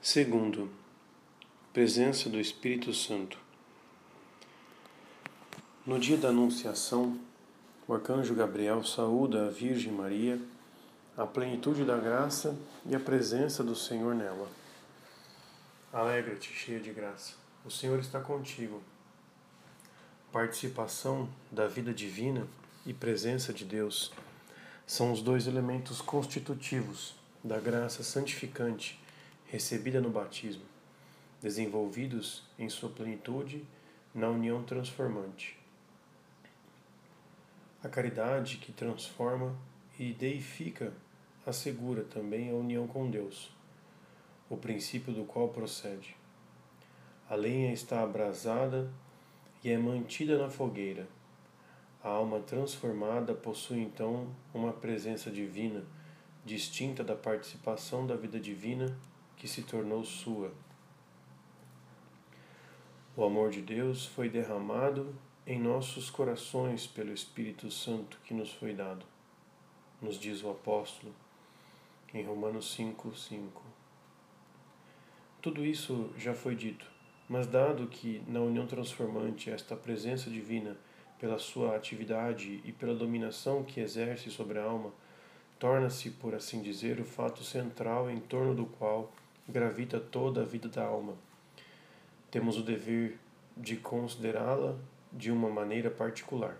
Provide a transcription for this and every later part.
Segundo, presença do Espírito Santo. No dia da Anunciação, o arcanjo Gabriel saúda a Virgem Maria, a plenitude da graça e a presença do Senhor nela. Alegra-te, cheia de graça, o Senhor está contigo. Participação da vida divina e presença de Deus são os dois elementos constitutivos da graça santificante recebida no batismo, desenvolvidos em sua plenitude na união transformante. A caridade que transforma e deifica assegura também a união com Deus, o princípio do qual procede. A lenha está abrasada e é mantida na fogueira. A alma transformada possui então uma presença divina, distinta da participação da vida divina que se tornou sua. O amor de Deus foi derramado em nossos corações pelo Espírito Santo que nos foi dado, nos diz o apóstolo em Romanos 5:5. Tudo isso já foi dito, mas dado que na união transformante esta presença divina, pela sua atividade e pela dominação que exerce sobre a alma, torna-se, por assim dizer, o fato central em torno do qual gravita toda a vida da alma. Temos o dever de considerá-la de uma maneira particular.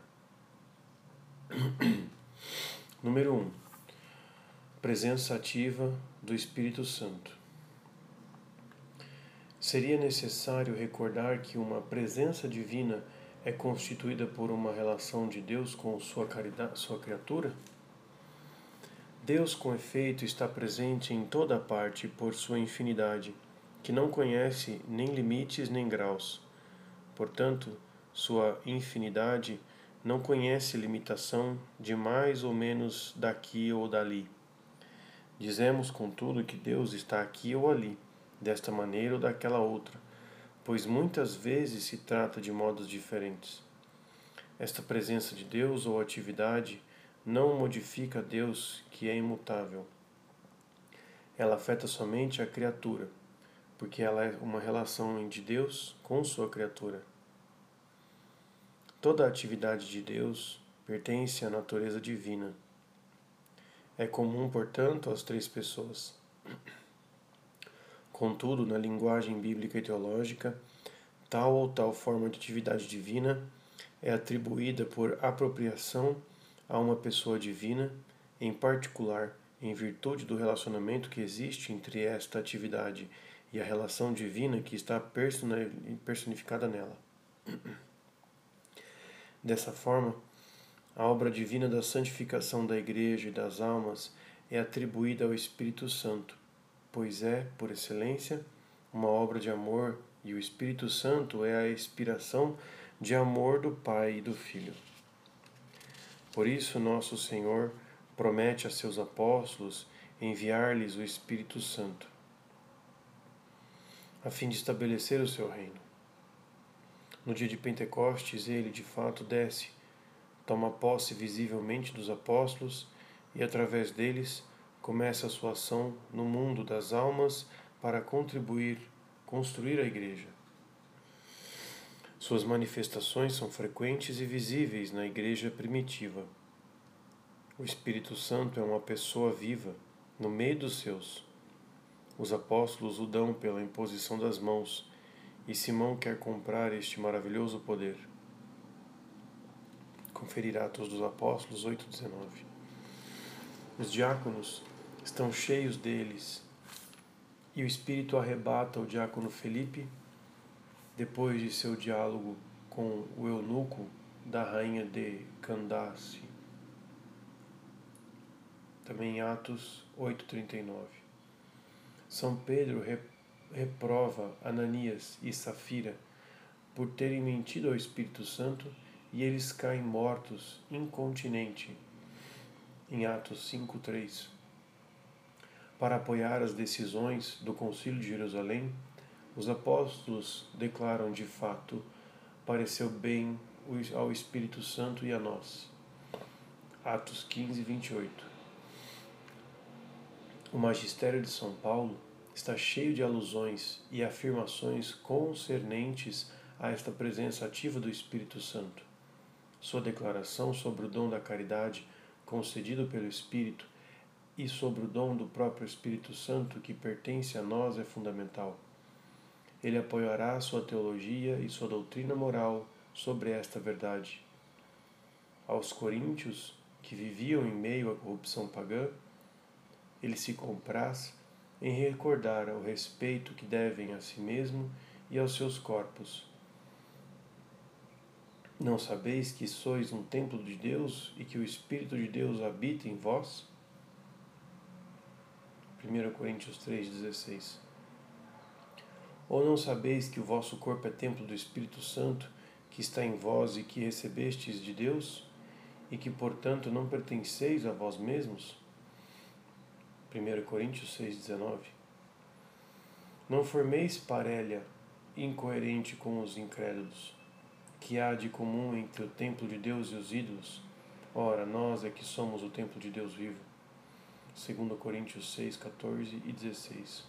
Número 1. Presença ativa do Espírito Santo. Seria necessário recordar que uma presença divina é constituída por uma relação de Deus com sua criatura? Deus, com efeito, está presente em toda parte por sua infinidade, que não conhece nem limites nem graus. Portanto, sua infinidade não conhece limitação de mais ou menos daqui ou dali. Dizemos, contudo, que Deus está aqui ou ali, desta maneira ou daquela outra, pois muitas vezes se trata de modos diferentes. Esta presença de Deus ou atividade não modifica Deus, que é imutável. Ela afeta somente a criatura, porque ela é uma relação de Deus com sua criatura. Toda a atividade de Deus pertence à natureza divina. É comum, portanto, às três pessoas. Contudo, na linguagem bíblica e teológica, tal ou tal forma de atividade divina é atribuída por apropriação a uma pessoa divina, em particular, em virtude do relacionamento que existe entre esta atividade e a relação divina que está personificada nela. Dessa forma, a obra divina da santificação da Igreja e das almas é atribuída ao Espírito Santo, pois é, por excelência, uma obra de amor, e o Espírito Santo é a inspiração de amor do Pai e do Filho. Por isso, nosso Senhor promete a seus apóstolos enviar-lhes o Espírito Santo, a fim de estabelecer o seu reino. No dia de Pentecostes, ele, de fato, desce, toma posse visivelmente dos apóstolos e, através deles, começa a sua ação no mundo das almas para construir a Igreja. Suas manifestações são frequentes e visíveis na Igreja primitiva. O Espírito Santo é uma pessoa viva, no meio dos seus. Os apóstolos o dão pela imposição das mãos, e Simão quer comprar este maravilhoso poder. Conferir Atos dos Apóstolos 8:19. Os diáconos estão cheios deles, e o Espírito arrebata o diácono Felipe, depois de seu diálogo com o eunuco da rainha de Candace. Também em Atos 8:39. São Pedro reprova Ananias e Safira por terem mentido ao Espírito Santo, e eles caem mortos, incontinenti, em Atos 5:3. Para apoiar as decisões do Concílio de Jerusalém, os apóstolos declaram: de fato, pareceu bem ao Espírito Santo e a nós. Atos 15:28. O magistério de São Paulo está cheio de alusões e afirmações concernentes a esta presença ativa do Espírito Santo. Sua declaração sobre o dom da caridade concedido pelo Espírito e sobre o dom do próprio Espírito Santo que pertence a nós é fundamental. Ele apoiará sua teologia e sua doutrina moral sobre esta verdade. Aos coríntios, que viviam em meio à corrupção pagã, ele se compraz em recordar o respeito que devem a si mesmo e aos seus corpos. Não sabeis que sois um templo de Deus e que o Espírito de Deus habita em vós? 1 Coríntios 3,16. Ou não sabeis que o vosso corpo é templo do Espírito Santo, que está em vós e que recebestes de Deus, e que, portanto, não pertenceis a vós mesmos? 1 Coríntios 6,19. Não formeis parelha incoerente com os incrédulos, que há de comum entre o templo de Deus e os ídolos. Ora, nós é que somos o templo de Deus vivo. 2 Coríntios 6, 14 e 16.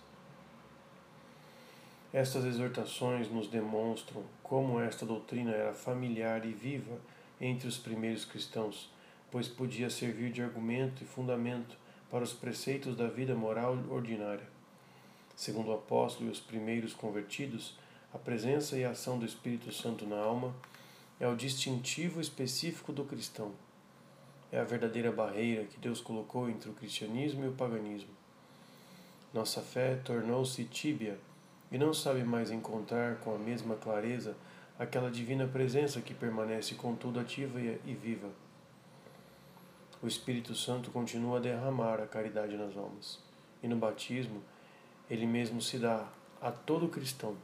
Estas exortações nos demonstram como esta doutrina era familiar e viva entre os primeiros cristãos, pois podia servir de argumento e fundamento para os preceitos da vida moral ordinária. Segundo o apóstolo e os primeiros convertidos, a presença e a ação do Espírito Santo na alma é o distintivo específico do cristão. É a verdadeira barreira que Deus colocou entre o cristianismo e o paganismo. Nossa fé tornou-se tíbia e não sabe mais encontrar com a mesma clareza aquela divina presença que permanece contudo ativa e viva. O Espírito Santo continua a derramar a caridade nas almas, e no batismo ele mesmo se dá a todo cristão.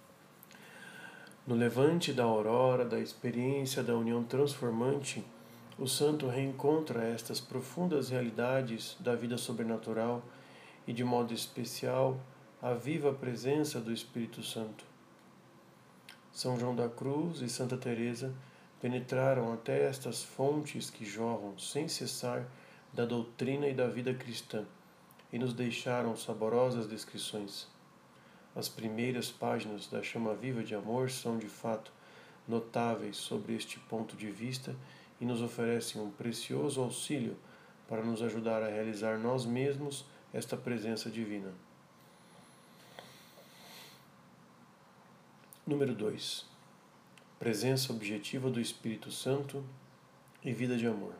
No levante da aurora da experiência da união transformante, o santo reencontra estas profundas realidades da vida sobrenatural e, de modo especial, a viva presença do Espírito Santo. São João da Cruz e Santa Teresa penetraram até estas fontes que jorram sem cessar da doutrina e da vida cristã e nos deixaram saborosas descrições. As primeiras páginas da Chama Viva de Amor são, de fato, notáveis sobre este ponto de vista e nos oferecem um precioso auxílio para nos ajudar a realizar nós mesmos esta presença divina. Número 2. Presença objetiva do Espírito Santo e vida de amor.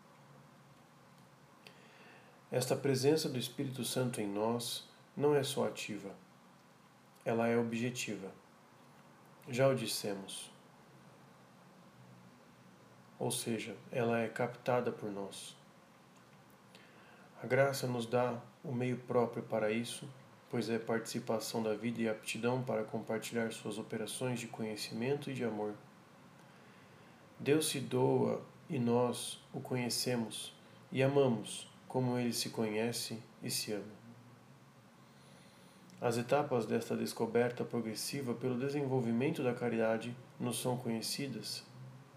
Esta presença do Espírito Santo em nós não é só ativa, ela é objetiva. Já o dissemos. Ou seja, ela é captada por nós. A graça nos dá o meio próprio para isso, pois é participação da vida e aptidão para compartilhar suas operações de conhecimento e de amor. Deus se doa e nós o conhecemos e amamos como ele se conhece e se ama. As etapas desta descoberta progressiva pelo desenvolvimento da caridade nos são conhecidas.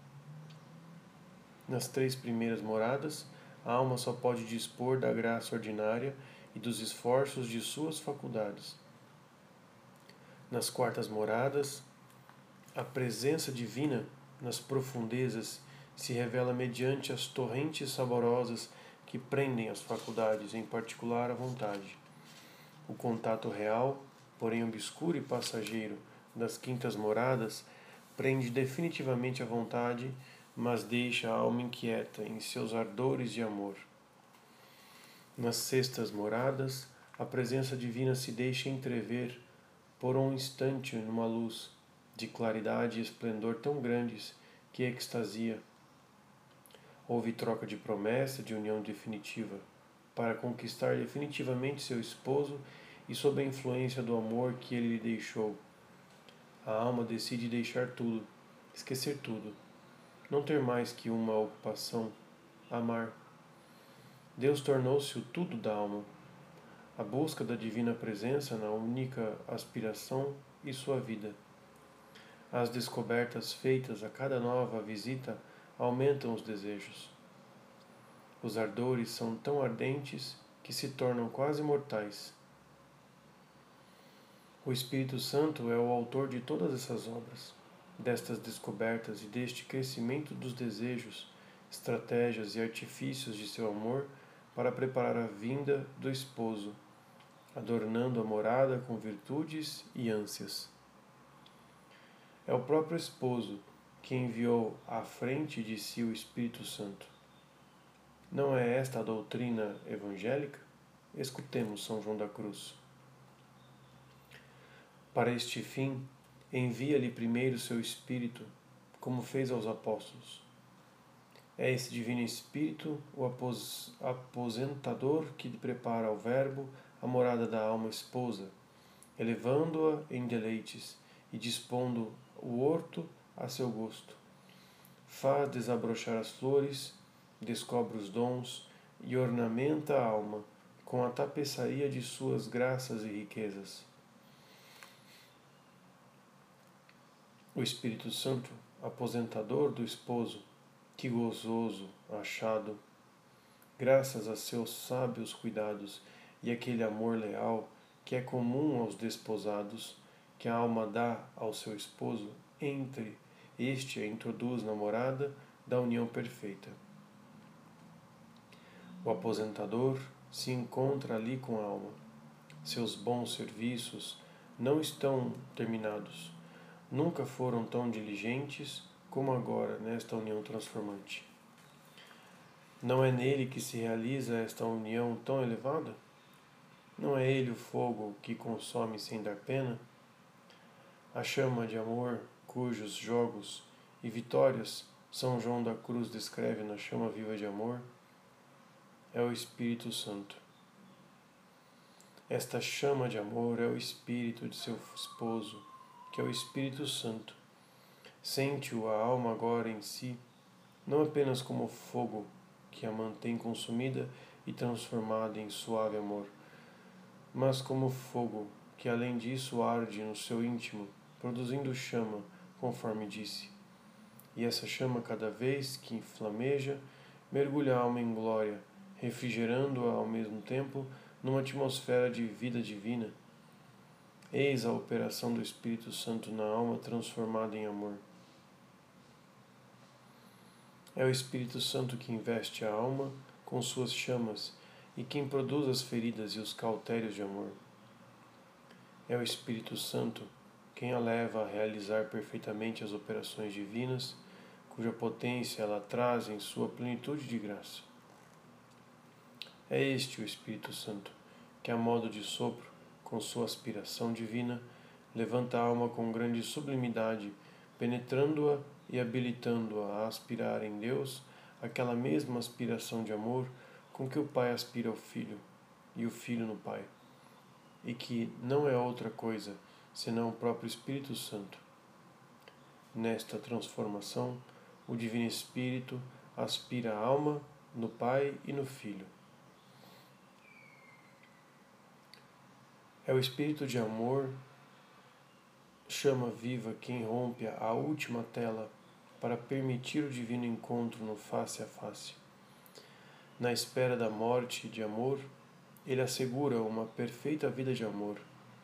Nas 3 primeiras moradas, a alma só pode dispor da graça ordinária e dos esforços de suas faculdades. Nas 4º moradas, a presença divina nas profundezas se revela mediante as torrentes saborosas que prendem as faculdades, em particular a vontade. O contato real, porém obscuro e passageiro, das 5º moradas prende definitivamente a vontade, mas deixa a alma inquieta em seus ardores de amor. Nas 6º moradas, a presença divina se deixa entrever por um instante numa luz de claridade e esplendor tão grandes que extasia. Houve troca de promessa de união definitiva, para conquistar definitivamente seu esposo e sob a influência do amor que ele lhe deixou. A alma decide deixar tudo, esquecer tudo, não ter mais que uma ocupação, amar. Deus tornou-se o tudo da alma, a busca da divina presença na única aspiração e sua vida. As descobertas feitas a cada nova visita aumentam os desejos. Os ardores são tão ardentes que se tornam quase mortais. O Espírito Santo é o autor de todas essas obras, destas descobertas e deste crescimento dos desejos, estratégias e artifícios de seu amor para preparar a vinda do esposo, adornando a morada com virtudes e ânsias. É o próprio esposo que enviou à frente de si o Espírito Santo. Não é esta a doutrina evangélica? Escutemos São João da Cruz. Para este fim, envia-lhe primeiro seu Espírito, como fez aos apóstolos. É esse Divino Espírito o aposentador que prepara ao Verbo a morada da alma esposa, elevando-a em deleites e dispondo o horto a seu gosto. Faz desabrochar as flores, descobre os dons e ornamenta a alma com a tapeçaria de suas graças e riquezas. O Espírito Santo, aposentador do esposo, que gozoso achado, graças a seus sábios cuidados e aquele amor leal que é comum aos desposados, que a alma dá ao seu esposo, este a introduz na morada da união perfeita. O aposentador se encontra ali com a alma. Seus bons serviços não estão terminados. Nunca foram tão diligentes como agora nesta união transformante. Não é nele que se realiza esta união tão elevada? Não é ele o fogo que consome sem dar pena? A chama de amor cujos jogos e vitórias São João da Cruz descreve na chama viva de amor é o Espírito Santo. Esta chama de amor é o espírito de seu esposo, que é o Espírito Santo. Sente-o a alma agora em si, não apenas como fogo que a mantém consumida e transformada em suave amor, mas como fogo que além disso arde no seu íntimo, produzindo chama, conforme disse. E essa chama, cada vez que flameja, mergulha a alma em glória, refrigerando-a ao mesmo tempo numa atmosfera de vida divina. Eis a operação do Espírito Santo na alma transformada em amor. É o Espírito Santo que investe a alma com suas chamas e quem produz as feridas e os cautérios de amor. É o Espírito Santo quem a leva a realizar perfeitamente as operações divinas, cuja potência ela traz em sua plenitude de graça. É este o Espírito Santo que, a modo de sopro, com sua aspiração divina, levanta a alma com grande sublimidade, penetrando-a e habilitando-a a aspirar em Deus aquela mesma aspiração de amor com que o Pai aspira ao Filho e o Filho no Pai, e que não é outra coisa senão o próprio Espírito Santo. Nesta transformação, o Divino Espírito aspira a alma no Pai e no Filho. É o Espírito de amor, chama viva quem rompe a última tela para permitir o divino encontro no face a face. Na espera da morte de amor, ele assegura uma perfeita vida de amor.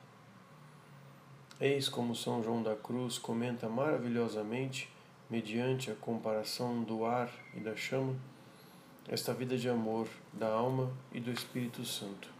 Eis como São João da Cruz comenta maravilhosamente, mediante a comparação do ar e da chama, esta vida de amor da alma e do Espírito Santo.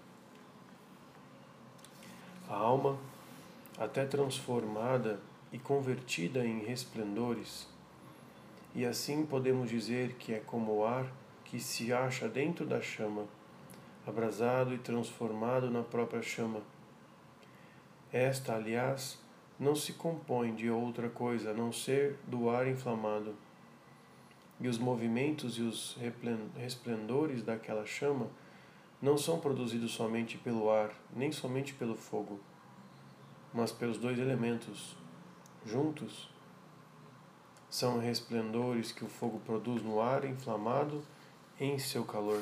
A alma, até transformada e convertida em resplendores, e assim podemos dizer que é como o ar que se acha dentro da chama, abrasado e transformado na própria chama. Esta, aliás, não se compõe de outra coisa a não ser do ar inflamado. E os movimentos e os resplendores daquela chama não são produzidos somente pelo ar, nem somente pelo fogo, mas pelos dois elementos, juntos. São resplendores que o fogo produz no ar inflamado em seu calor.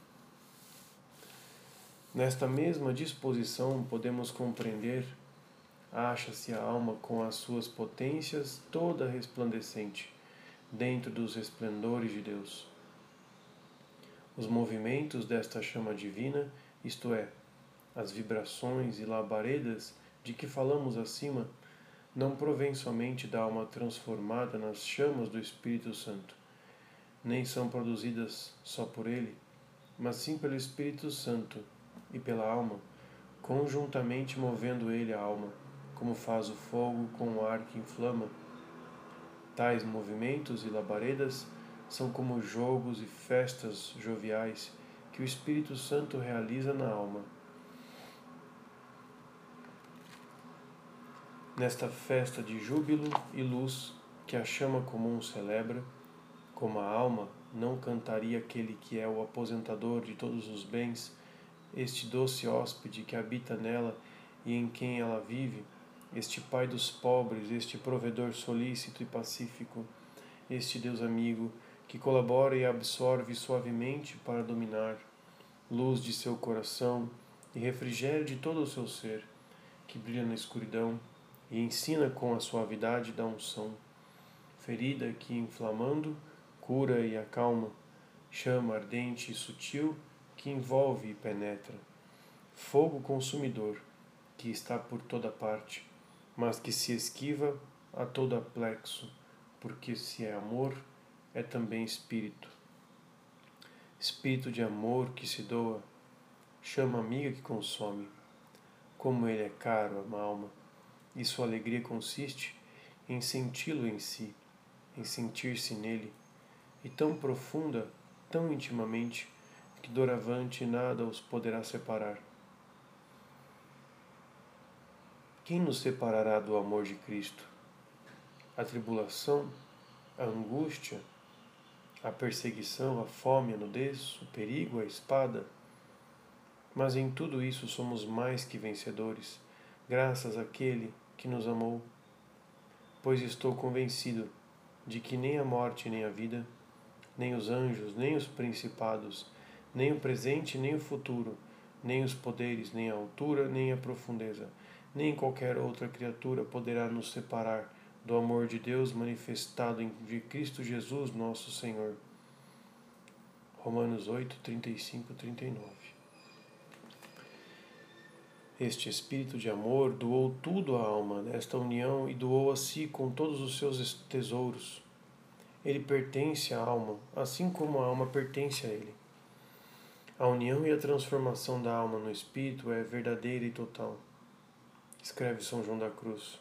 Nesta mesma disposição podemos compreender, acha-se a alma com as suas potências toda resplandecente, dentro dos resplendores de Deus. Os movimentos desta chama divina, isto é, as vibrações e labaredas de que falamos acima não provém somente da alma transformada nas chamas do Espírito Santo, nem são produzidas só por ele, mas sim pelo Espírito Santo e pela alma, conjuntamente movendo ele a alma, como faz o fogo com o ar que inflama. Tais movimentos e labaredas são como jogos e festas joviais que o Espírito Santo realiza na alma. Nesta festa de júbilo e luz que a chama comum celebra, como a alma não cantaria aquele que é o aposentador de todos os bens, este doce hóspede que habita nela e em quem ela vive, este Pai dos pobres, este provedor solícito e pacífico, este Deus amigo que colabora e absorve suavemente para dominar, luz de seu coração e refrigério de todo o seu ser, que brilha na escuridão e ensina com a suavidade da unção, ferida que, inflamando, cura e acalma, chama ardente e sutil que envolve e penetra, fogo consumidor que está por toda parte, mas que se esquiva a todo aplexo, porque se é amor, é também espírito. Espírito de amor que se doa, chama amiga que consome. Como ele é caro à alma, e sua alegria consiste em senti-lo em si, em sentir-se nele, e tão profunda, tão intimamente, que doravante nada os poderá separar. Quem nos separará do amor de Cristo? A tribulação, a angústia, a perseguição, a fome, a nudez, o perigo, a espada? Mas em tudo isso somos mais que vencedores, graças àquele que nos amou. Pois estou convencido de que nem a morte nem a vida, nem os anjos, nem os principados, nem o presente nem o futuro, nem os poderes, nem a altura, nem a profundeza, nem qualquer outra criatura poderá nos separar do amor de Deus manifestado em Cristo Jesus, nosso Senhor. Romanos 8, 35, 39. Este espírito de amor doou tudo à alma nesta união e doou a si com todos os seus tesouros. Ele pertence à alma, assim como a alma pertence a ele. A união e a transformação da alma no espírito é verdadeira e total. Escreve São João da Cruz.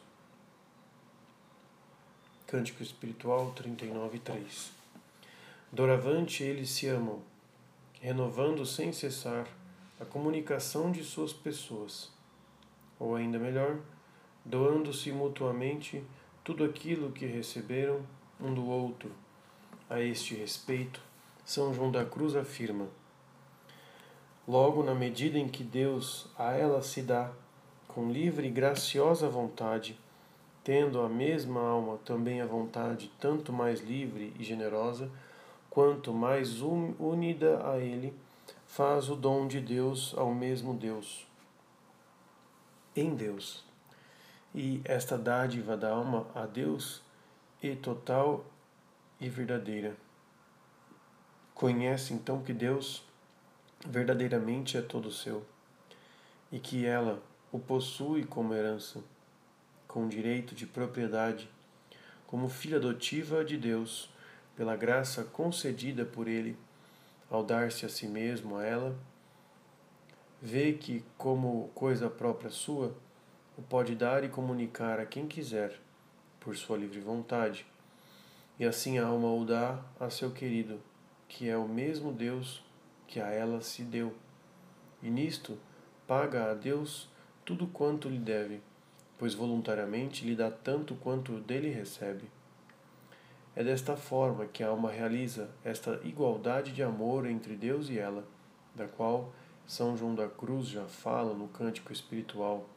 Cântico Espiritual 39:3. Doravante eles se amam, renovando sem cessar a comunicação de suas pessoas, ou ainda melhor, doando-se mutuamente tudo aquilo que receberam um do outro. A este respeito, São João da Cruz afirma: logo, na medida em que Deus a ela se dá, com livre e graciosa vontade, tendo a mesma alma também a vontade tanto mais livre e generosa, quanto mais unida a Ele, faz o dom de Deus ao mesmo Deus, em Deus. E esta dádiva da alma a Deus é total e verdadeira. Conhece então que Deus verdadeiramente é todo seu, e que ela o possui como herança, com direito de propriedade, como filha adotiva de Deus, pela graça concedida por Ele, ao dar-se a si mesmo a ela, vê que, como coisa própria sua, o pode dar e comunicar a quem quiser, por sua livre vontade, e assim a alma o dá a seu querido, que é o mesmo Deus que a ela se deu, e nisto paga a Deus tudo quanto lhe deve, pois voluntariamente lhe dá tanto quanto dele recebe. É desta forma que a alma realiza esta igualdade de amor entre Deus e ela, da qual São João da Cruz já fala no Cântico Espiritual,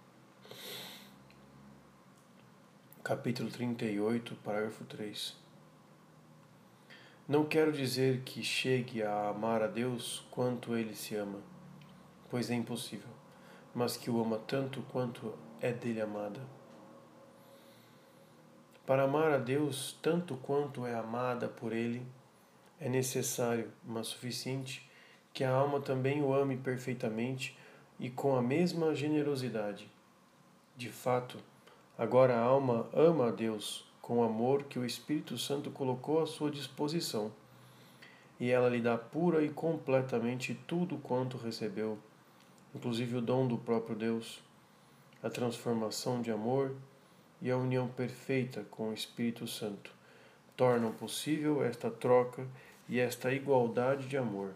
capítulo 38, parágrafo 3. Não quero dizer que chegue a amar a Deus quanto ele se ama, pois é impossível, mas que o ama tanto quanto é dele amada. Para amar a Deus tanto quanto é amada por Ele, é necessário, mas suficiente, que a alma também o ame perfeitamente e com a mesma generosidade. De fato, agora a alma ama a Deus com o amor que o Espírito Santo colocou à sua disposição, e ela lhe dá pura e completamente tudo quanto recebeu, inclusive o dom do próprio Deus, a transformação de amor e a união perfeita com o Espírito Santo tornam possível esta troca e esta igualdade de amor.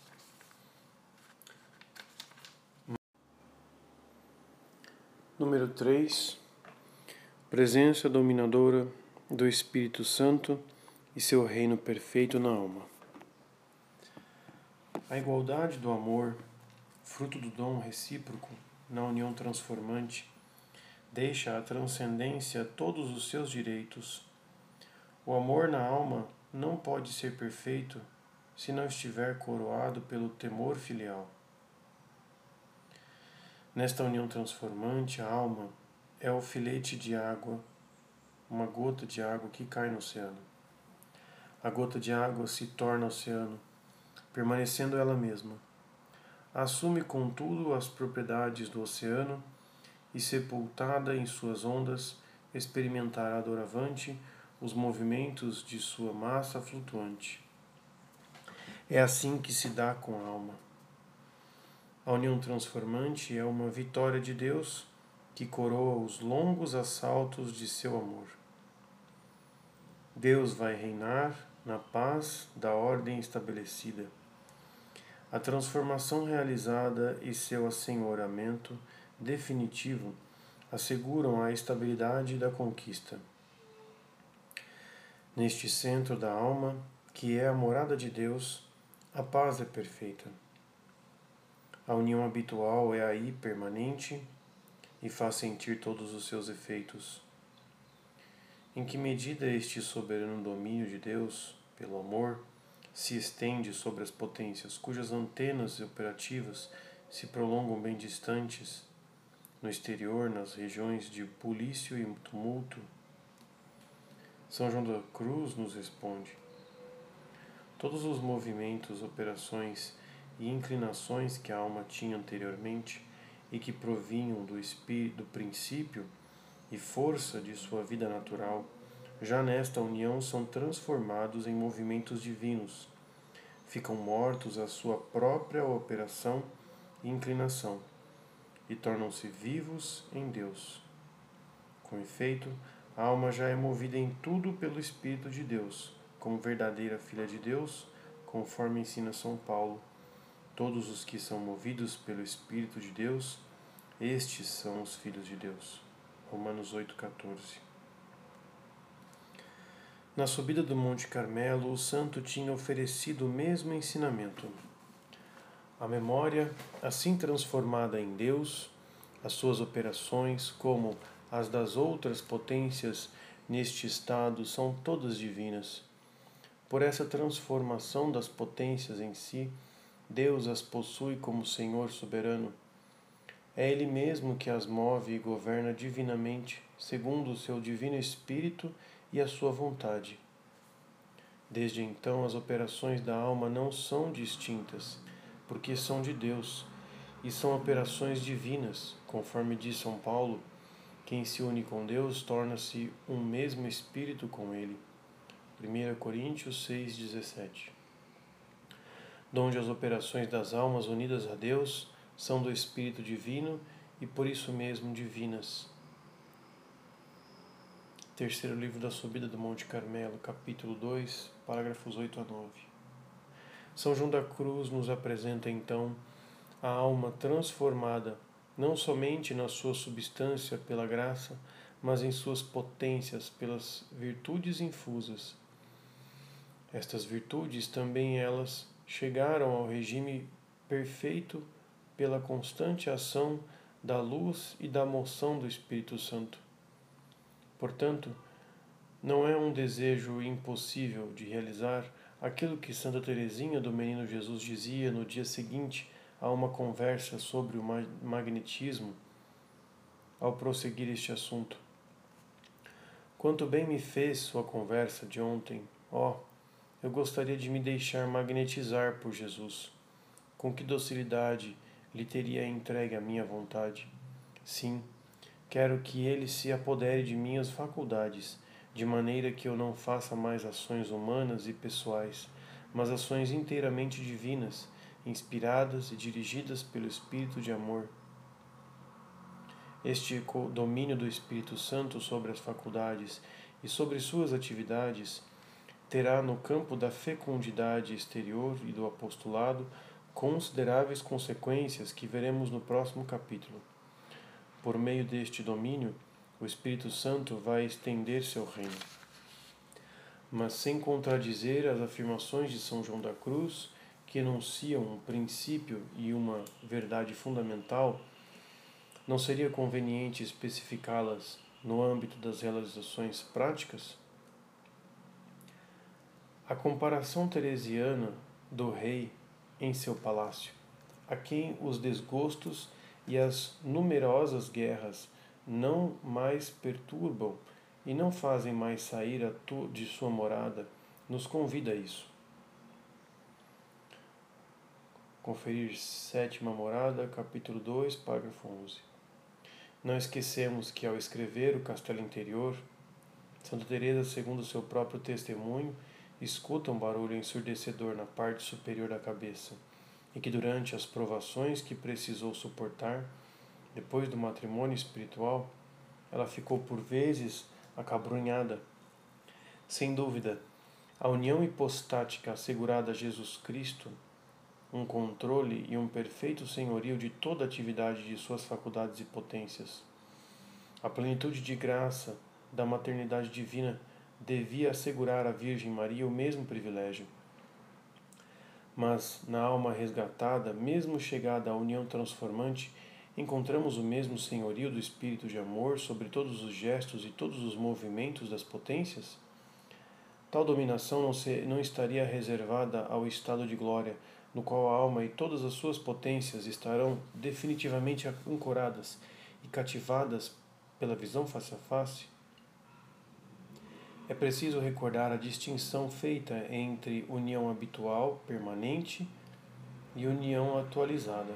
Número 3. Presença dominadora do Espírito Santo e seu reino perfeito na alma. A igualdade do amor, fruto do dom recíproco na união transformante, deixa a transcendência a todos os seus direitos. O amor na alma não pode ser perfeito se não estiver coroado pelo temor filial. Nesta união transformante, a alma é o filete de água, uma gota de água que cai no oceano. A gota de água se torna oceano, permanecendo ela mesma. Assume, contudo, as propriedades do oceano e, sepultada em suas ondas, experimentará doravante os movimentos de sua massa flutuante. É assim que se dá com a alma. A união transformante é uma vitória de Deus que coroa os longos assaltos de seu amor. Deus vai reinar na paz da ordem estabelecida. A transformação realizada e seu assenhoramento definitivo asseguram a estabilidade da conquista. Neste centro da alma, que é a morada de Deus, a paz é perfeita. A união habitual é aí permanente e faz sentir todos os seus efeitos. Em que medida este soberano domínio de Deus, pelo amor, se estende sobre as potências cujas antenas operativas se prolongam bem distantes, no exterior, nas regiões de bulício e tumulto? São João da Cruz nos responde: todos os movimentos, operações e inclinações que a alma tinha anteriormente e que provinham do princípio e força de sua vida natural, já nesta união são transformados em movimentos divinos, ficam mortos à sua própria operação e inclinação, e tornam-se vivos em Deus. Com efeito, a alma já é movida em tudo pelo Espírito de Deus, como verdadeira filha de Deus, conforme ensina São Paulo. Todos os que são movidos pelo Espírito de Deus, estes são os filhos de Deus. Romanos 8,14. Na subida do Monte Carmelo, o santo tinha oferecido o mesmo ensinamento. A memória, assim transformada em Deus, as suas operações, como as das outras potências neste estado, são todas divinas. Por essa transformação das potências em si, Deus as possui como Senhor soberano. É Ele mesmo que as move e governa divinamente, segundo o seu divino Espírito e a sua vontade. Desde então, as operações da alma não são distintas, porque são de Deus, e são operações divinas, conforme diz São Paulo: quem se une com Deus torna-se um mesmo Espírito com Ele. 1 Coríntios 6,17. Donde as operações das almas unidas a Deus são do Espírito Divino e por isso mesmo divinas. Terceiro livro da Subida do Monte Carmelo, capítulo 2, parágrafos 8 a 9. São João da Cruz nos apresenta então a alma transformada, não somente na sua substância pela graça, mas em suas potências pelas virtudes infusas. Estas virtudes também elas chegaram ao regime perfeito pela constante ação da luz e da moção do Espírito Santo. Portanto, não é um desejo impossível de realizar aquilo que Santa Teresinha do Menino Jesus dizia no dia seguinte a uma conversa sobre o magnetismo, ao prosseguir este assunto. Quanto bem me fez sua conversa de ontem, eu gostaria de me deixar magnetizar por Jesus. Com que docilidade lhe teria entregue a minha vontade. Sim, Quero que ele se apodere de minhas faculdades, de maneira que eu não faça mais ações humanas e pessoais, mas ações inteiramente divinas, inspiradas e dirigidas pelo Espírito de amor. Este domínio do Espírito Santo sobre as faculdades e sobre suas atividades terá no campo da fecundidade exterior e do apostolado consideráveis consequências que veremos no próximo capítulo. Por meio deste domínio, o Espírito Santo vai estender seu reino. Mas sem contradizer as afirmações de São João da Cruz, que enunciam um princípio e uma verdade fundamental, não seria conveniente especificá-las no âmbito das realizações práticas? A comparação teresiana do rei em seu palácio, a quem os desgostos e as numerosas guerras não mais perturbam e não fazem mais sair de sua morada, nos convida a isso. Conferir Sétima Morada, capítulo 2, parágrafo 11. Não esquecemos que, ao escrever o Castelo Interior, Santa Teresa, segundo seu próprio testemunho, escuta um barulho ensurdecedor na parte superior da cabeça, e que durante as provações que precisou suportar, depois do matrimônio espiritual, ela ficou por vezes acabrunhada. Sem dúvida, a união hipostática assegurada a Jesus Cristo, um controle e um perfeito senhorio de toda a atividade de suas faculdades e potências. A plenitude de graça da maternidade divina devia assegurar à Virgem Maria o mesmo privilégio. Mas na alma resgatada, mesmo chegada à união transformante, encontramos o mesmo senhorio do Espírito de amor sobre todos os gestos e todos os movimentos das potências? Tal dominação não estaria reservada ao estado de glória, no qual a alma e todas as suas potências estarão definitivamente ancoradas e cativadas pela visão face a face? É preciso recordar a distinção feita entre união habitual, permanente, e união atualizada.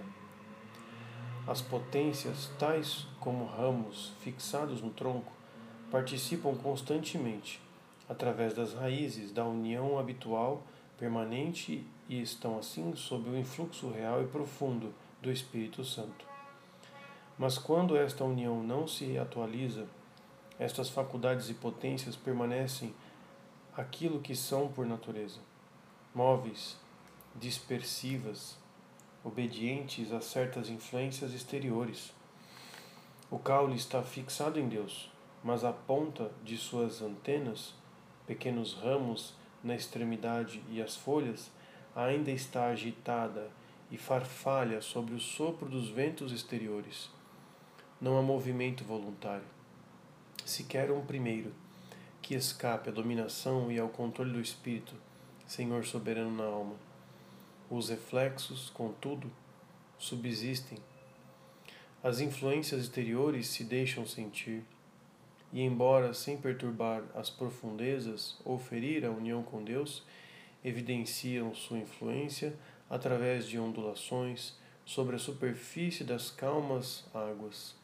As potências, tais como ramos fixados no tronco, participam constantemente, através das raízes, da união habitual, permanente e estão assim sob o influxo real e profundo do Espírito Santo. Mas quando esta união não se atualiza, estas faculdades e potências permanecem aquilo que são por natureza, móveis, dispersivas, obedientes a certas influências exteriores. O caule está fixado em Deus, mas a ponta de suas antenas, pequenos ramos na extremidade e as folhas, ainda está agitada e farfalha sobre o sopro dos ventos exteriores. Não há movimento voluntário, sequer um primeiro, que escape à dominação e ao controle do Espírito, Senhor soberano na alma. Os reflexos, contudo, subsistem. As influências exteriores se deixam sentir, e embora sem perturbar as profundezas ou ferir a união com Deus, evidenciam sua influência através de ondulações sobre a superfície das calmas águas.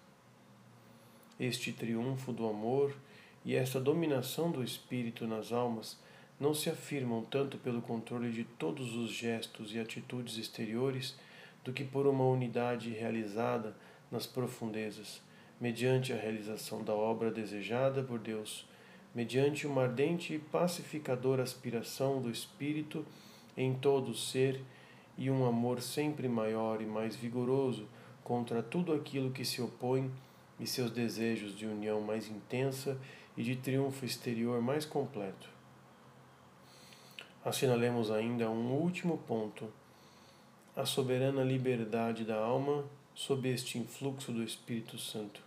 Este triunfo do amor e esta dominação do Espírito nas almas não se afirmam tanto pelo controle de todos os gestos e atitudes exteriores do que por uma unidade realizada nas profundezas, mediante a realização da obra desejada por Deus, mediante uma ardente e pacificadora aspiração do Espírito em todo o ser e um amor sempre maior e mais vigoroso contra tudo aquilo que se opõe e seus desejos de união mais intensa e de triunfo exterior mais completo. Assinalemos ainda um último ponto: a soberana liberdade da alma sob este influxo do Espírito Santo.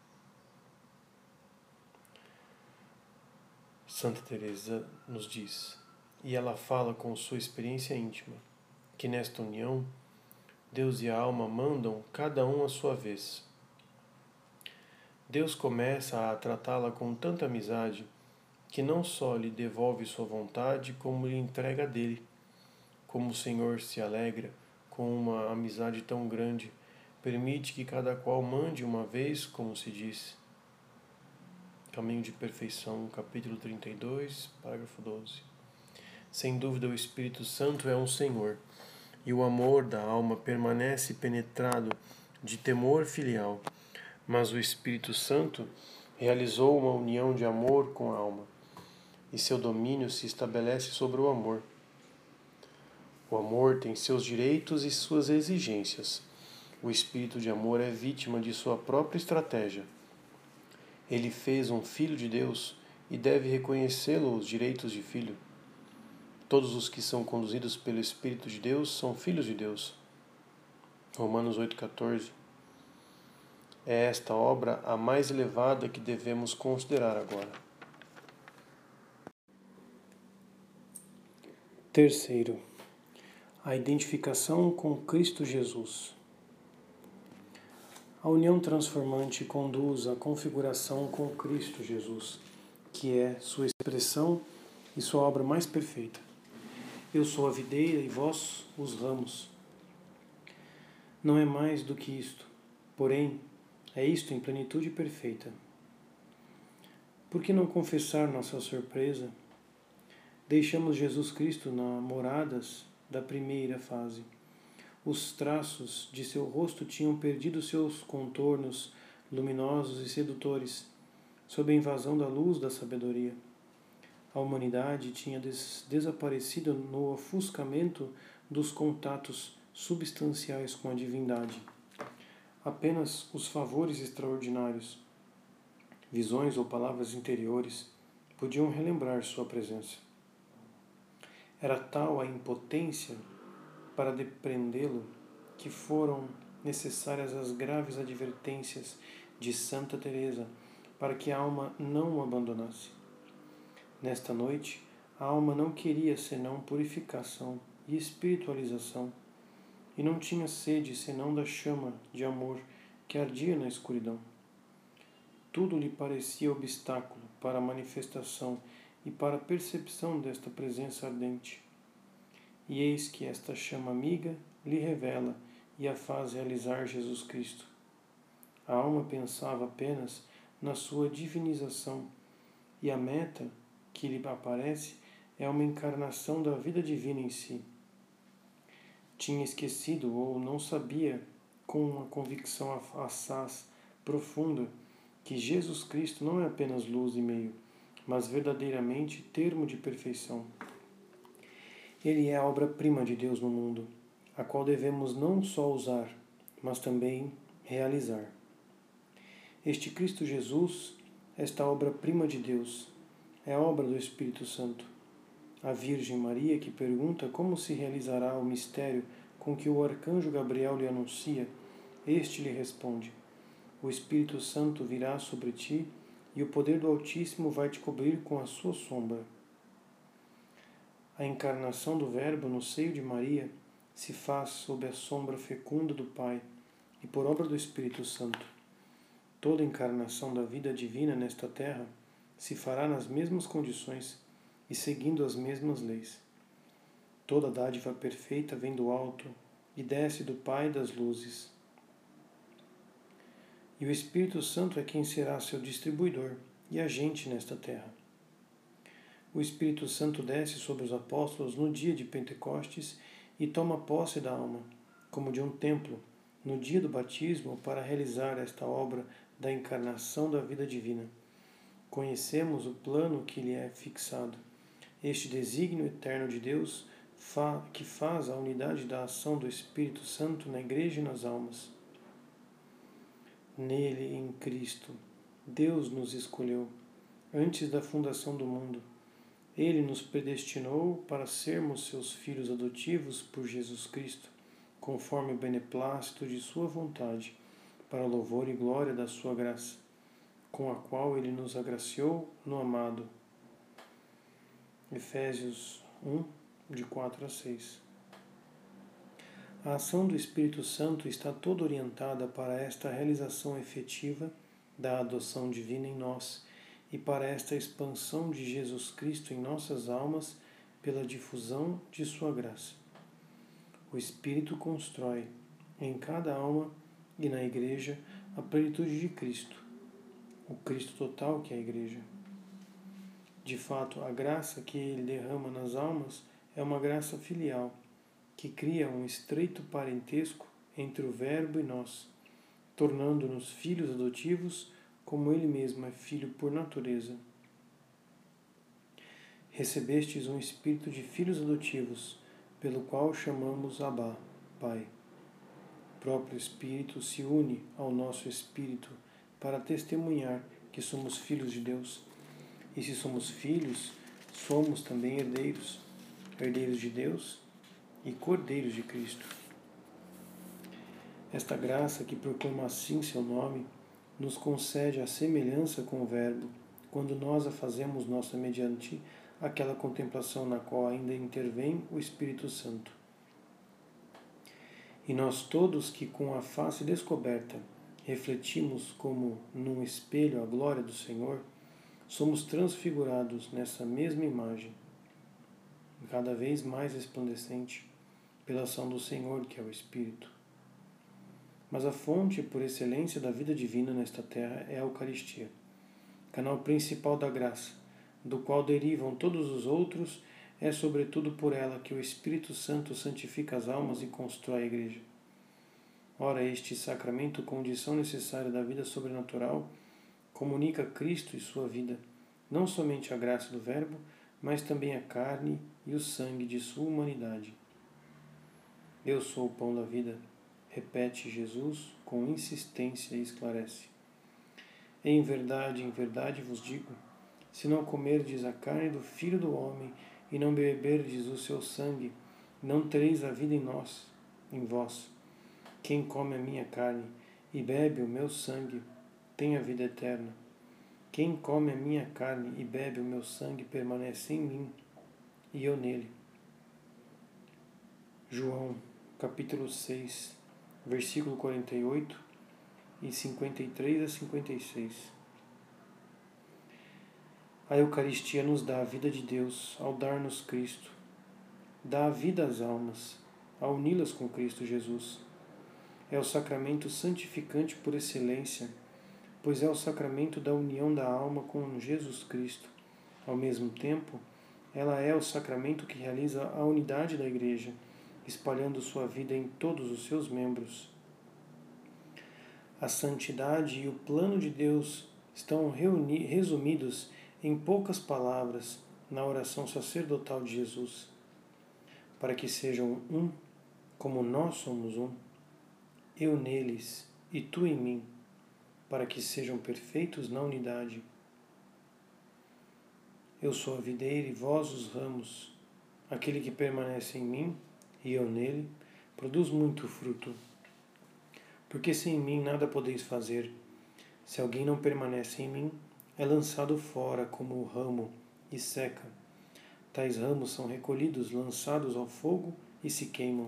Santa Teresa nos diz, e ela fala com sua experiência íntima, que nesta união, Deus e a alma mandam cada um à sua vez. Deus começa a tratá-la com tanta amizade que não só lhe devolve sua vontade, como lhe entrega dele. Como o Senhor se alegra com uma amizade tão grande, Permite que cada qual mande uma vez, como se diz. Caminho de Perfeição, capítulo 32, parágrafo 12. Sem dúvida, o Espírito Santo é um Senhor, e o amor da alma permanece penetrado de temor filial. Mas o Espírito Santo realizou uma união de amor com a alma, e seu domínio se estabelece sobre o amor. O amor tem seus direitos e suas exigências. O espírito de amor é vítima de sua própria estratégia. Ele fez um filho de Deus e deve reconhecê-lo os direitos de filho. Todos os que são conduzidos pelo Espírito de Deus são filhos de Deus. Romanos 8,14. É esta obra a mais elevada que devemos considerar agora. Terceiro, a identificação com Cristo Jesus. A união transformante conduz à configuração com Cristo Jesus, que é sua expressão e sua obra mais perfeita. Eu sou a videira e vós os ramos. Não é mais do que isto, porém, é isto em plenitude perfeita. Por que não confessar nossa surpresa? Deixamos Jesus Cristo nas moradas da primeira fase. Os traços de seu rosto tinham perdido seus contornos luminosos e sedutores, sob a invasão da luz da sabedoria. A humanidade tinha desaparecido no ofuscamento dos contatos substanciais com a divindade. Apenas os favores extraordinários, visões ou palavras interiores, podiam relembrar sua presença. Era tal a impotência para depreendê-lo que foram necessárias as graves advertências de Santa Teresa para que a alma não o abandonasse. Nesta noite, a alma não queria senão purificação e espiritualização, e não tinha sede senão da chama de amor que ardia na escuridão. Tudo lhe parecia obstáculo para a manifestação e para a percepção desta presença ardente. E eis que esta chama amiga lhe revela e a faz realizar Jesus Cristo. A alma pensava apenas na sua divinização, e a meta que lhe aparece é uma encarnação da vida divina em si. Tinha esquecido ou não sabia, com uma convicção assaz profunda, que Jesus Cristo não é apenas luz e meio, mas verdadeiramente termo de perfeição. Ele é a obra-prima de Deus no mundo, a qual devemos não só usar, mas também realizar. Este Cristo Jesus, esta obra-prima de Deus, é a obra do Espírito Santo. A Virgem Maria, que pergunta como se realizará o mistério com que o arcanjo Gabriel lhe anuncia, este lhe responde: o Espírito Santo virá sobre ti e o poder do Altíssimo vai te cobrir com a sua sombra. A encarnação do Verbo no seio de Maria se faz sob a sombra fecunda do Pai e por obra do Espírito Santo. Toda encarnação da vida divina nesta terra se fará nas mesmas condições e seguindo as mesmas leis. Toda dádiva perfeita vem do alto e desce do Pai das luzes. E o Espírito Santo é quem será seu distribuidor e agente nesta terra. O Espírito Santo desce sobre os apóstolos no dia de Pentecostes e toma posse da alma, como de um templo, no dia do batismo, para realizar esta obra da encarnação da vida divina. Conhecemos o plano que lhe é fixado, este desígnio eterno de Deus que faz a unidade da ação do Espírito Santo na Igreja e nas almas. Nele, em Cristo, Deus nos escolheu, antes da fundação do mundo. Ele nos predestinou para sermos seus filhos adotivos por Jesus Cristo, conforme o beneplácito de sua vontade, para louvor e glória da sua graça, com a qual ele nos agraciou no amado. Efésios 1, de 4 a 6. A ação do Espírito Santo está toda orientada para esta realização efetiva da adoção divina em nós e para esta expansão de Jesus Cristo em nossas almas pela difusão de sua graça. O Espírito constrói em cada alma e na Igreja a plenitude de Cristo, o Cristo total que é a Igreja. De fato, a graça que Ele derrama nas almas é uma graça filial, que cria um estreito parentesco entre o Verbo e nós, tornando-nos filhos adotivos, como Ele mesmo é filho por natureza. Recebestes um espírito de filhos adotivos, pelo qual chamamos Abba, Pai. O próprio Espírito se une ao nosso espírito para testemunhar que somos filhos de Deus. E se somos filhos, somos também herdeiros, herdeiros de Deus e cordeiros de Cristo. Esta graça, que proclama assim seu nome, nos concede a semelhança com o Verbo, quando nós a fazemos nossa mediante aquela contemplação na qual ainda intervém o Espírito Santo. E nós todos que com a face descoberta refletimos como num espelho a glória do Senhor, somos transfigurados nessa mesma imagem, cada vez mais resplandecente, pela ação do Senhor, que é o Espírito. Mas a fonte por excelência da vida divina nesta terra é a Eucaristia, canal principal da graça, do qual derivam todos os outros. É sobretudo por ela que o Espírito Santo santifica as almas e constrói a Igreja. Ora, este sacramento, condição necessária da vida sobrenatural, comunica Cristo e sua vida, não somente a graça do Verbo, mas também a carne e o sangue de sua humanidade. Eu sou o pão da vida, repete Jesus com insistência e esclarece. Em verdade vos digo, se não comerdes a carne do Filho do Homem e não beberdes o seu sangue, não tereis a vida em vós. Quem come a minha carne e bebe o meu sangue tem a vida eterna. Quem come a minha carne e bebe o meu sangue permanece em mim e eu nele. João, capítulo 6, versículo 48 e 53 a 56. A Eucaristia nos dá a vida de Deus ao dar-nos Cristo. Dá a vida às almas, ao uni-las com Cristo Jesus. É o sacramento santificante por excelência, pois é o sacramento da união da alma com Jesus Cristo. Ao mesmo tempo, ela é o sacramento que realiza a unidade da Igreja, espalhando sua vida em todos os seus membros. A santidade e o plano de Deus estão resumidos em poucas palavras na oração sacerdotal de Jesus. Para que sejam um, como nós somos um, eu neles e tu em mim, para que sejam perfeitos na unidade. Eu sou a videira e vós os ramos. Aquele que permanece em mim e eu nele, produz muito fruto. Porque sem mim nada podeis fazer. Se alguém não permanece em mim, é lançado fora como o ramo e seca. Tais ramos são recolhidos, lançados ao fogo e se queimam.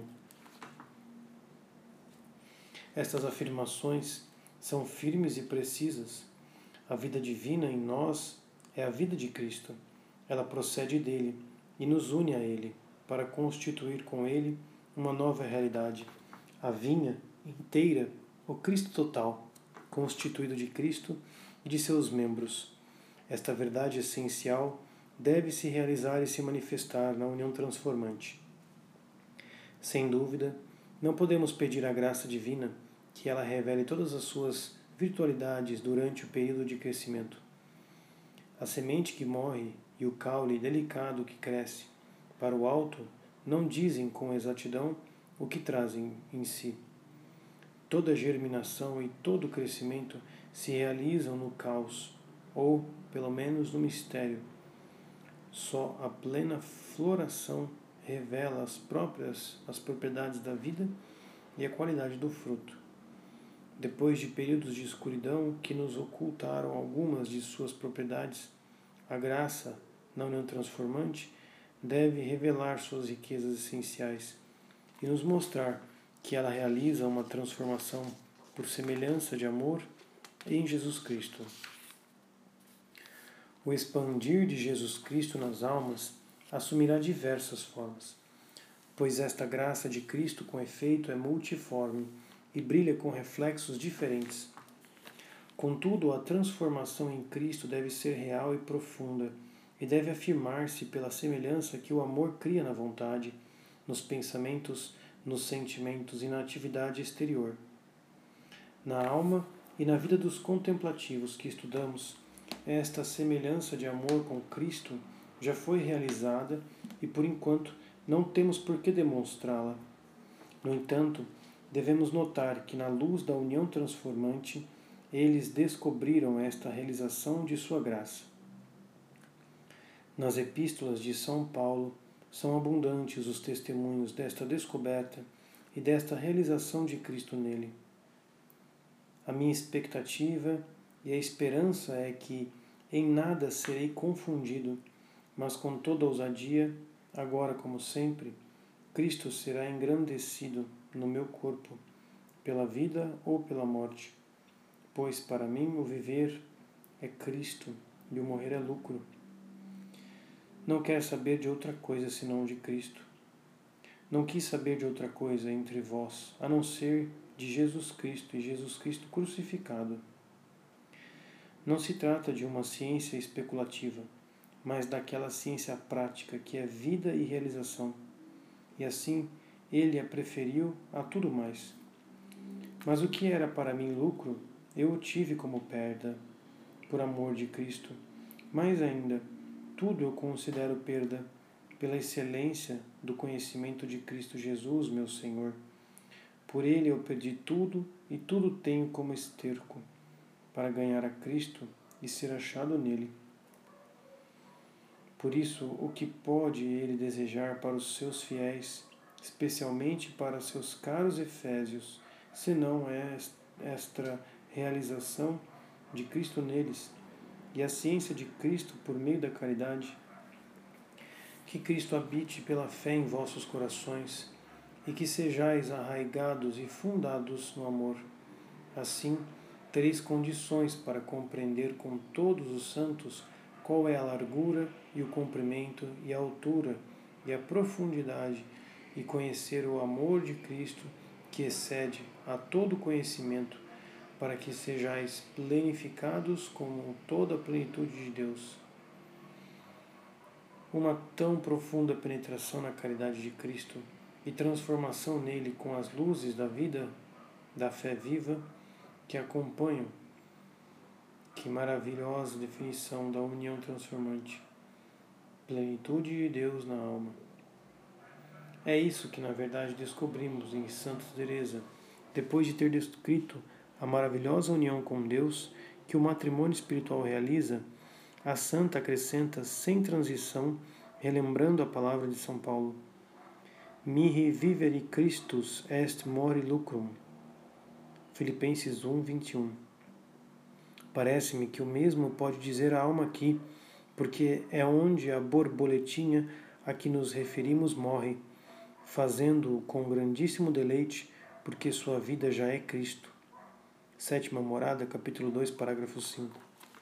Estas afirmações são firmes e precisas. A vida divina em nós é a vida de Cristo. Ela procede dele e nos une a ele, para constituir com ele uma nova realidade. A vinha inteira, o Cristo total, constituído de Cristo e de seus membros. Esta verdade essencial deve se realizar e se manifestar na união transformante. Sem dúvida, não podemos pedir à graça divina que ela revele todas as suas virtualidades durante o período de crescimento. A semente que morre e o caule delicado que cresce para o alto não dizem com exatidão o que trazem em si. Toda germinação e todo crescimento se realizam no caos, ou, pelo menos, no mistério. Só a plena floração revela as propriedades da vida e a qualidade do fruto. Depois de períodos de escuridão que nos ocultaram algumas de suas propriedades, a graça, na união transformante, deve revelar suas riquezas essenciais e nos mostrar que ela realiza uma transformação por semelhança de amor em Jesus Cristo. O expandir de Jesus Cristo nas almas assumirá diversas formas, pois esta graça de Cristo, com efeito, é multiforme e brilha com reflexos diferentes. Contudo, a transformação em Cristo deve ser real e profunda, e deve afirmar-se pela semelhança que o amor cria na vontade, nos pensamentos, nos sentimentos e na atividade exterior. Na alma e na vida dos contemplativos que estudamos, esta semelhança de amor com Cristo já foi realizada e, por enquanto, não temos por que demonstrá-la. No entanto, devemos notar que, na luz da união transformante, eles descobriram esta realização de sua graça. Nas epístolas de São Paulo, são abundantes os testemunhos desta descoberta e desta realização de Cristo nele. A minha expectativa e a esperança é que em nada serei confundido, mas com toda ousadia, agora como sempre, Cristo será engrandecido no meu corpo, pela vida ou pela morte. Pois para mim o viver é Cristo e o morrer é lucro. Não quero saber de outra coisa senão de Cristo. Não quis saber de outra coisa entre vós, a não ser de Jesus Cristo e Jesus Cristo crucificado. Não se trata de uma ciência especulativa, mas daquela ciência prática que é vida e realização. E assim, ele a preferiu a tudo mais. Mas o que era para mim lucro, eu o tive como perda, por amor de Cristo. Mais ainda, tudo eu considero perda, pela excelência do conhecimento de Cristo Jesus, meu Senhor. Por ele eu perdi tudo e tudo tenho como esterco, para ganhar a Cristo e ser achado nele. Por isso, o que pode ele desejar para os seus fiéis, especialmente para seus caros efésios, senão esta realização de Cristo neles e a ciência de Cristo por meio da caridade? Que Cristo habite pela fé em vossos corações e que sejais arraigados e fundados no amor. Assim, tereis condições para compreender com todos os santos qual é a largura e o comprimento e a altura e a profundidade, e conhecer o amor de Cristo que excede a todo conhecimento, para que sejais plenificados com toda a plenitude de Deus. Uma tão profunda penetração na caridade de Cristo e transformação nele com as luzes da vida, da fé viva que acompanham. Que maravilhosa definição da união transformante. Plenitude de Deus na alma. É isso que, na verdade, descobrimos em Santa Teresa, depois de ter descrito a maravilhosa união com Deus que o matrimônio espiritual realiza. A santa acrescenta sem transição, relembrando a palavra de São Paulo: Mihi vivere Christus est mori lucrum. Filipenses 1, 21. Parece-me que o mesmo pode dizer a alma aqui, porque é onde a borboletinha a que nos referimos morre, fazendo-o com grandíssimo deleite, porque sua vida já é Cristo. Sétima Morada, capítulo 2, parágrafo 5.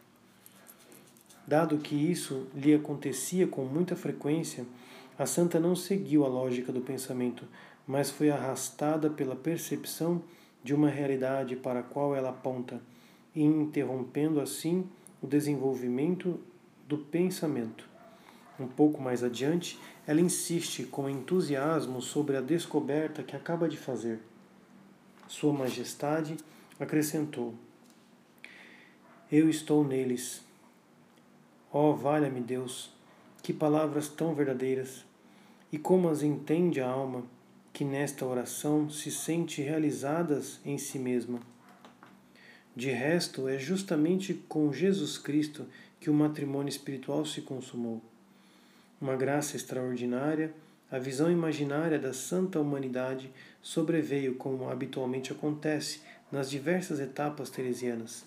Dado que isso lhe acontecia com muita frequência, a santa não seguiu a lógica do pensamento, mas foi arrastada pela percepção de uma realidade para a qual ela aponta, e interrompendo assim o desenvolvimento do pensamento. Um pouco mais adiante, ela insiste com entusiasmo sobre a descoberta que acaba de fazer. Sua Majestade acrescentou: Eu estou neles. Oh, valha-me Deus, que palavras tão verdadeiras! E como as entende a alma, que nesta oração se sente realizadas em si mesma. De resto, é justamente com Jesus Cristo que o matrimônio espiritual se consumou. Uma graça extraordinária, a visão imaginária da santa humanidade sobreveio, como habitualmente acontece nas diversas etapas teresianas.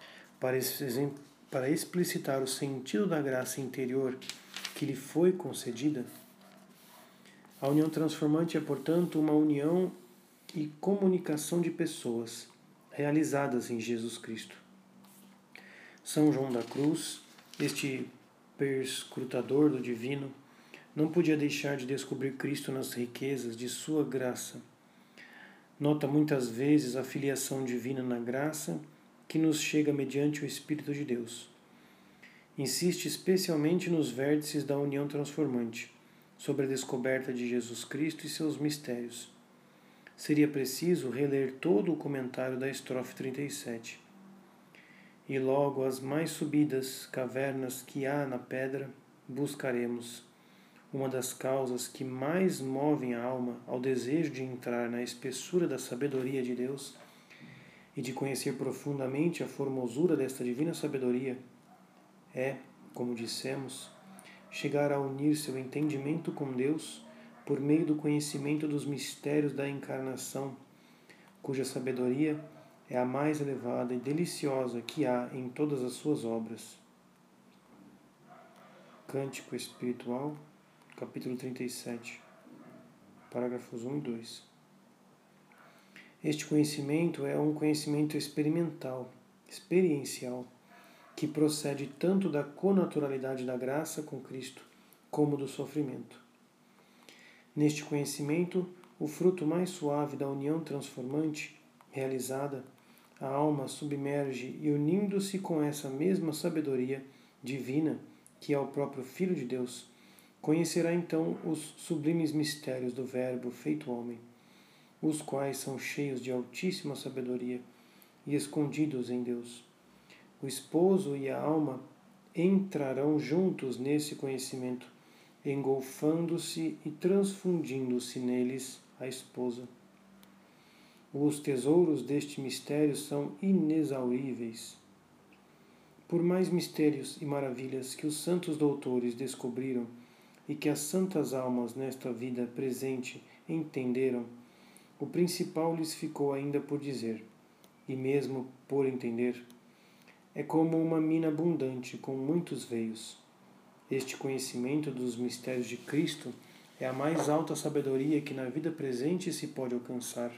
Para explicitar o sentido da graça interior que lhe foi concedida, a união transformante é, portanto, uma união e comunicação de pessoas realizadas em Jesus Cristo. São João da Cruz, este perscrutador do divino, não podia deixar de descobrir Cristo nas riquezas de sua graça. Nota muitas vezes a filiação divina na graça que nos chega mediante o Espírito de Deus. Insiste especialmente nos vértices da união transformante, sobre a descoberta de Jesus Cristo e seus mistérios. Seria preciso reler todo o comentário da estrofe 37. E logo as mais subidas cavernas que há na pedra buscaremos. Uma das causas que mais movem a alma ao desejo de entrar na espessura da sabedoria de Deus e de conhecer profundamente a formosura desta divina sabedoria é, como dissemos, chegar a unir seu entendimento com Deus por meio do conhecimento dos mistérios da encarnação, cuja sabedoria é a mais elevada e deliciosa que há em todas as suas obras. Cântico Espiritual, capítulo 37, parágrafos 1 e 2. Este conhecimento é um conhecimento experimental, experiencial, que procede tanto da connaturalidade da graça com Cristo, como do sofrimento. Neste conhecimento, o fruto mais suave da união transformante, realizada, a alma submerge e, unindo-se com essa mesma sabedoria divina, que é o próprio Filho de Deus, conhecerá então os sublimes mistérios do Verbo feito homem, os quais são cheios de altíssima sabedoria e escondidos em Deus. O esposo e a alma entrarão juntos nesse conhecimento, engolfando-se e transfundindo-se neles a esposa. Os tesouros deste mistério são inexauríveis. Por mais mistérios e maravilhas que os santos doutores descobriram e que as santas almas nesta vida presente entenderam, o principal lhes ficou ainda por dizer, e mesmo por entender. É como uma mina abundante com muitos veios. Este conhecimento dos mistérios de Cristo é a mais alta sabedoria que na vida presente se pode alcançar.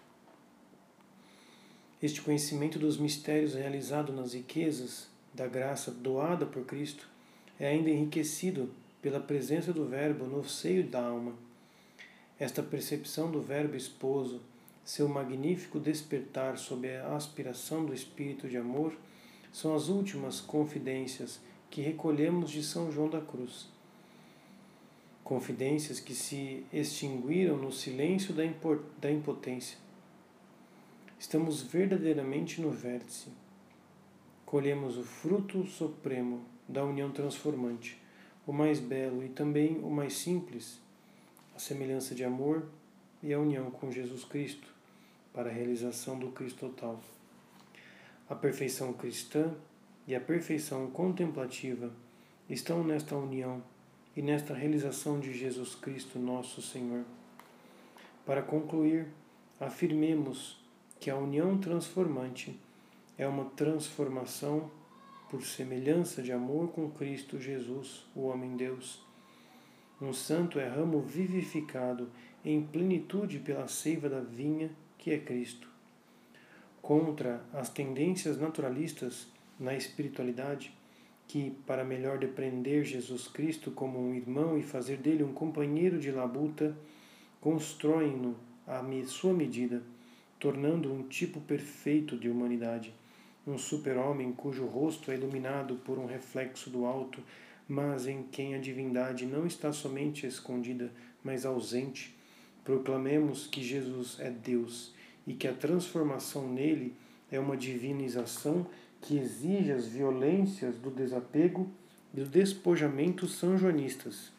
Este conhecimento dos mistérios realizado nas riquezas da graça doada por Cristo é ainda enriquecido pela presença do Verbo no seio da alma. Esta percepção do Verbo esposo, seu magnífico despertar sob a aspiração do Espírito de amor, são as últimas confidências que recolhemos de São João da Cruz. Confidências que se extinguiram no silêncio da impotência. Estamos verdadeiramente no vértice. Colhemos o fruto supremo da união transformante, o mais belo e também o mais simples, a semelhança de amor e a união com Jesus Cristo, para a realização do Cristo total. A perfeição cristã e a perfeição contemplativa estão nesta união e nesta realização de Jesus Cristo, nosso Senhor. Para concluir, afirmemos que a união transformante é uma transformação por semelhança de amor com Cristo Jesus, o homem-Deus. Um santo é ramo vivificado em plenitude pela seiva da vinha, que é Cristo. Contra as tendências naturalistas na espiritualidade, que, para melhor depreender Jesus Cristo como um irmão e fazer dele um companheiro de labuta, constroem-no à sua medida, tornando um tipo perfeito de humanidade, um super-homem cujo rosto é iluminado por um reflexo do alto, mas em quem a divindade não está somente escondida, mas ausente. Proclamemos que Jesus é Deus e que a transformação nele é uma divinização que exige as violências do desapego e do despojamento sanjoanistas.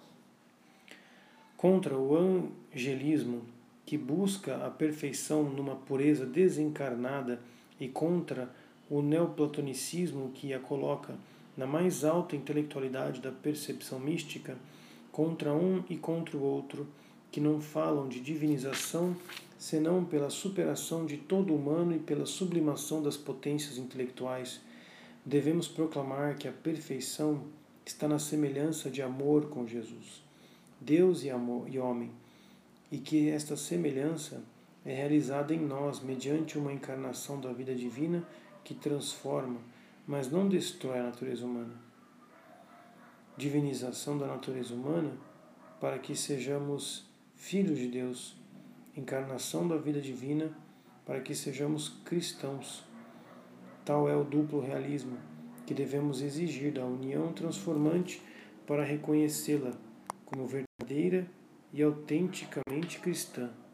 Contra o angelismo, que busca a perfeição numa pureza desencarnada, e contra o neoplatonicismo, que a coloca na mais alta intelectualidade da percepção mística, contra um e contra o outro, que não falam de divinização senão pela superação de todo humano e pela sublimação das potências intelectuais, devemos proclamar que a perfeição está na semelhança de amor com Jesus, Deus e homem, e que esta semelhança é realizada em nós mediante uma encarnação da vida divina que transforma, mas não destrói a natureza humana. Divinização da natureza humana para que sejamos filhos de Deus, encarnação da vida divina, para que sejamos cristãos. Tal é o duplo realismo que devemos exigir da união transformante para reconhecê-la como verdadeira e autenticamente cristã.